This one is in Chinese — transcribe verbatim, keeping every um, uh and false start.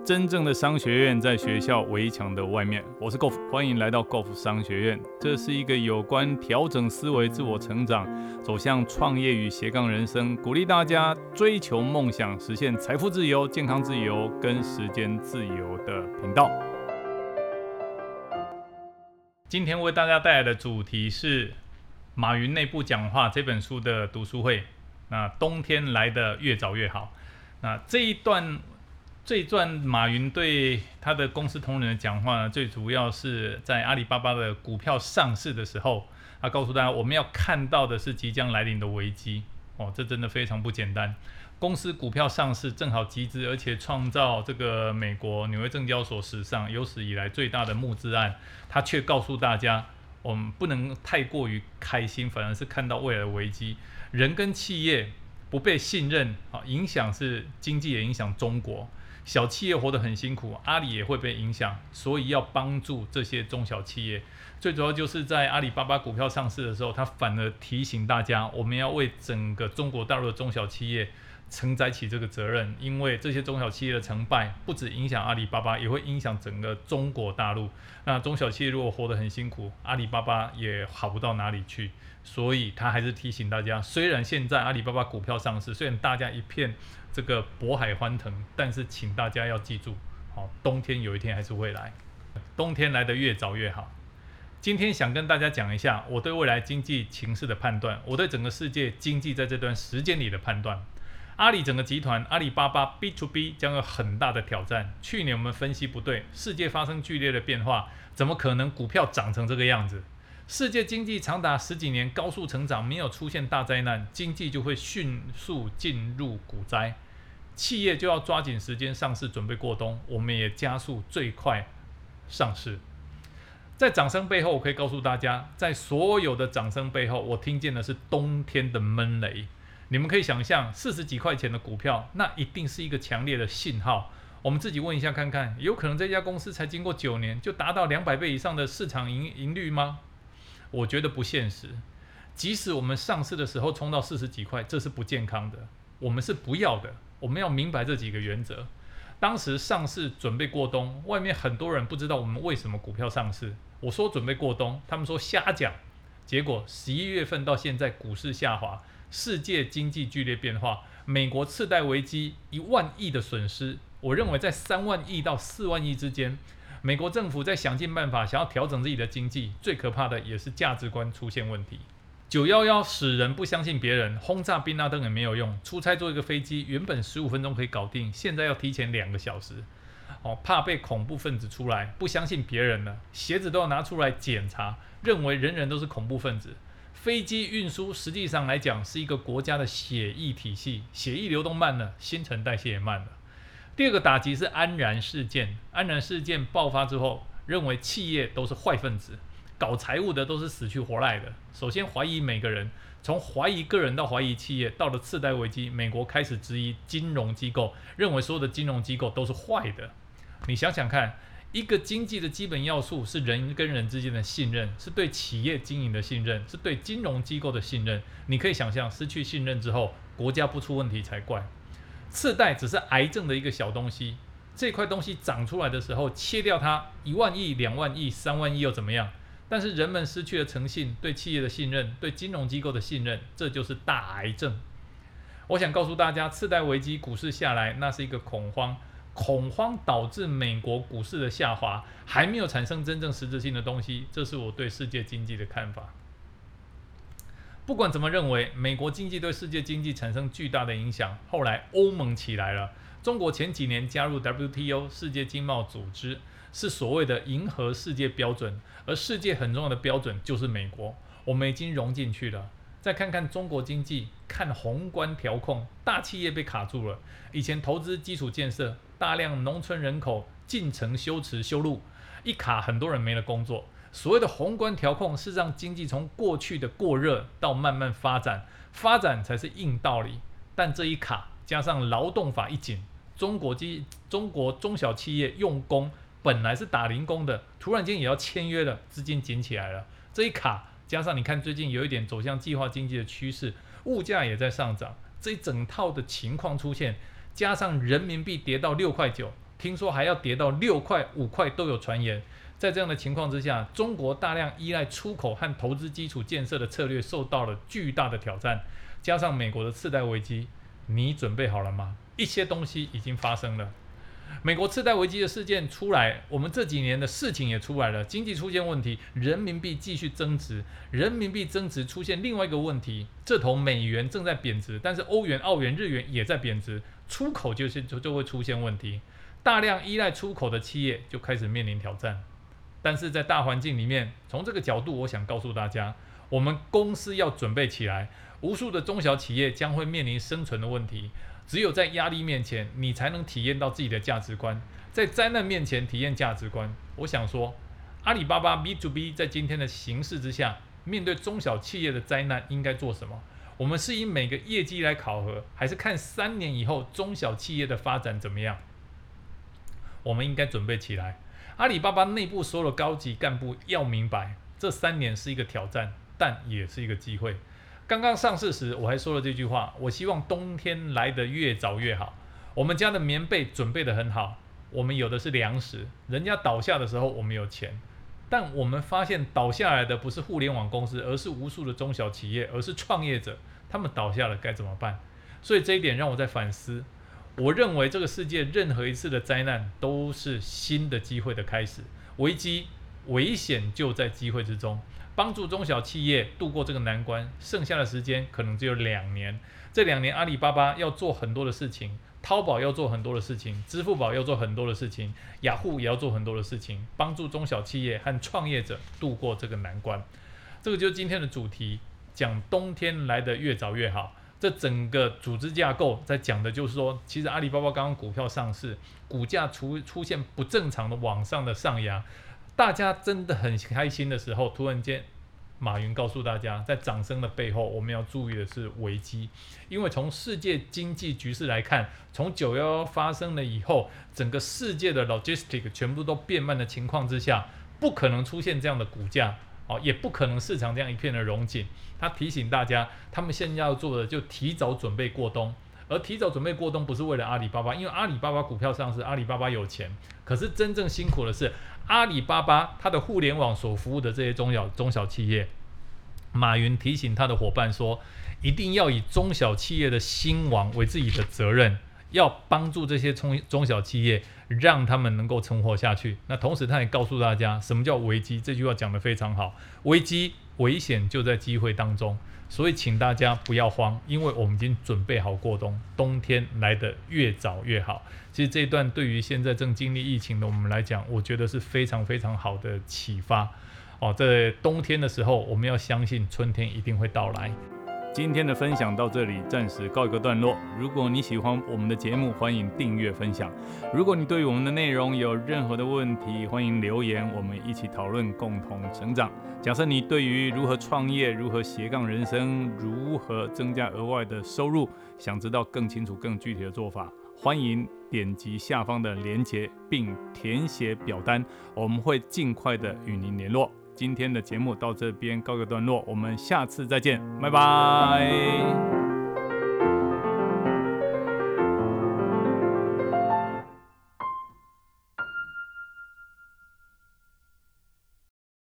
真正的商学院在学校围墙的外面。我是 Golf， 欢迎来到 Golf 商学院。这是一个有关调整思维、自我成长、走向创业与斜杠人生，鼓励大家追求梦想、实现财富自由、健康自由跟时间自由的频道。今天为大家带来的主题是马云内部讲话这本书的读书会。那冬天来得越早越好。那这一段。这一段马云对他的公司同仁的讲话呢，最主要是在阿里巴巴的股票上市的时候，他告诉大家我们要看到的是即将来临的危机。哦，这真的非常不简单。公司股票上市正好集资，而且创造这个美国纽约证交所史上有史以来最大的募资案，他却告诉大家，我们不能太过于开心，反而是看到未来的危机。人跟企业不被信任，影响是经济，也影响中国。小企业活得很辛苦，阿里也会被影响，所以要帮助这些中小企业。最主要就是在阿里巴巴股票上市的时候，他反而提醒大家，我们要为整个中国大陆的中小企业承载起这个责任，因为这些中小企业的成败不只影响阿里巴巴，也会影响整个中国大陆。那中小企业如果活得很辛苦，阿里巴巴也好不到哪里去。所以他还是提醒大家，虽然现在阿里巴巴股票上市，虽然大家一片这个渤海欢腾，但是请大家要记住，好，冬天有一天还是会来，冬天来得越早越好。今天想跟大家讲一下我对未来经济情势的判断，我对整个世界经济在这段时间里的判断。阿里整个集团，阿里巴巴 B to B 将有很大的挑战。去年我们分析不对，世界发生剧烈的变化，怎么可能股票涨成这个样子？世界经济长达十几年高速成长，没有出现大灾难，经济就会迅速进入股灾，企业就要抓紧时间上市，准备过冬。我们也加速最快上市。在掌声背后，我可以告诉大家，在所有的掌声背后，我听见的是冬天的闷雷。你们可以想象，四十几块钱的股票，那一定是一个强烈的信号。我们自己问一下看看，有可能这家公司才经过九年就达到两百倍以上的市场盈盈率吗？我觉得不现实。即使我们上市的时候冲到四十几块，这是不健康的，我们是不要的。我们要明白这几个原则。当时上市准备过冬，外面很多人不知道我们为什么股票上市。我说准备过冬，他们说瞎讲。结果十一月份到现在，股市下滑，世界经济剧烈变化，美国次贷危机一万亿的损失，我认为在三万亿到四万亿之间。美国政府在想尽办法想要调整自己的经济，最可怕的也是价值观出现问题。九一一使人不相信别人，轰炸宾拉登也没有用。出差坐一个飞机，原本十五分钟可以搞定，现在要提前两个小时。哦，怕被恐怖分子出来，不相信别人了，鞋子都要拿出来检查，认为人人都是恐怖分子。飞机运输实际上来讲是一个国家的血液体系，血液流动慢了，新陈代谢也慢了。第二个打击是安然事件，安然事件爆发之后，认为企业都是坏分子，搞财务的都是死去活来的。首先怀疑每个人，从怀疑个人到怀疑企业，到了次贷危机，美国开始质疑金融机构，认为所有的金融机构都是坏的。你想想看，一个经济的基本要素是人跟人之间的信任，是对企业经营的信任，是对金融机构的信任。你可以想象，失去信任之后，国家不出问题才怪。次贷只是癌症的一个小东西，这块东西长出来的时候，切掉它，一万亿、两万亿、三万亿又怎么样？但是人们失去了诚信，对企业的信任，对金融机构的信任，这就是大癌症。我想告诉大家，次贷危机股市下来，那是一个恐慌，恐慌导致美国股市的下滑，还没有产生真正实质性的东西，这是我对世界经济的看法。不管怎么认为，美国经济对世界经济产生巨大的影响。后来欧盟起来了，中国前几年加入 W T O 世界经贸组织，是所谓的迎合世界标准，而世界很重要的标准就是美国，我们已经融进去了。再看看中国经济，看宏观调控，大企业被卡住了。以前投资基础建设，大量农村人口进城修池修路，一卡很多人没了工作。所谓的宏观调控是让经济从过去的过热到慢慢发展，发展才是硬道理。但这一卡加上劳动法一紧，中国基中国中小企业用工本来是打零工的，突然间也要签约了，资金紧起来了。这一卡加上你看最近有一点走向计划经济的趋势，物价也在上涨，这一整套的情况出现，加上人民币跌到六块九， 听说还要跌到六块、五块都有传言。在这样的情况之下，中国大量依赖出口和投资基础建设的策略受到了巨大的挑战，加上美国的次贷危机，你准备好了吗？一些东西已经发生了。美国次贷危机的事件出来，我们这几年的事情也出来了，经济出现问题，人民币继续增值，人民币增值出现另外一个问题，这头美元正在贬值，但是欧元、澳元、日元也在贬值，出口就是就就会出现问题，大量依赖出口的企业就开始面临挑战。但是在大环境里面，从这个角度，我想告诉大家，我们公司要准备起来，无数的中小企业将会面临生存的问题。只有在压力面前，你才能体验到自己的价值观。在灾难面前体验价值观，我想说，阿里巴巴 B to B 在今天的形势之下，面对中小企业的灾难应该做什么？我们是以每个业绩来考核，还是看三年以后中小企业的发展怎么样？我们应该准备起来。阿里巴巴内部所有的高级干部要明白，这三年是一个挑战，但也是一个机会。刚刚上市时，我还说了这句话：我希望冬天来得越早越好。我们家的棉被准备得很好，我们有的是粮食，人家倒下的时候我们有钱。但我们发现倒下来的不是互联网公司，而是无数的中小企业，而是创业者。他们倒下了该怎么办？所以这一点让我在反思。我认为这个世界任何一次的灾难都是新的机会的开始，危机、危险就在机会之中。帮助中小企业度过这个难关，剩下的时间可能只有两年。这两年，阿里巴巴要做很多的事情，淘宝要做很多的事情，支付宝要做很多的事情，雅虎也要做很多的事情，帮助中小企业和创业者度过这个难关。这个就是今天的主题，讲冬天来得越早越好。这整个组织架构在讲的就是说，其实阿里巴巴刚刚股票上市，股价出出现不正常的往上的上扬，大家真的很开心的时候，突然间马云告诉大家，在掌声的背后，我们要注意的是危机。因为从世界经济局势来看，从九一一发生了以后，整个世界的 logistic 全部都变慢的情况之下，不可能出现这样的股价，哦，也不可能市场这样一片的荣景。他提醒大家，他们现在要做的就提早准备过冬。而提早准备过冬不是为了阿里巴巴，因为阿里巴巴股票上市，阿里巴巴有钱。可是真正辛苦的是阿里巴巴它的互联网所服务的这些中小中小企业。马云提醒他的伙伴说，一定要以中小企业的兴亡为自己的责任，要帮助这些中中小企业，让他们能够存活下去。那同时他也告诉大家，什么叫危机？这句话讲得非常好，危机危险就在机会当中。所以请大家不要慌，因为我们已经准备好过冬，冬天来得越早越好。其实这一段对于现在正经历疫情的我们来讲，我觉得是非常非常好的启发。哦，在冬天的时候，我们要相信春天一定会到来。今天的分享到这里，暂时告一个段落。如果你喜欢我们的节目，欢迎订阅分享。如果你对于我们的内容有任何的问题，欢迎留言，我们一起讨论，共同成长。假设你对于如何创业、如何斜杠人生、如何增加额外的收入，想知道更清楚、更具体的做法，欢迎点击下方的连结，并填写表单，我们会尽快的与您联络。今天的节目到这边告个段落，我们下次再见，拜拜。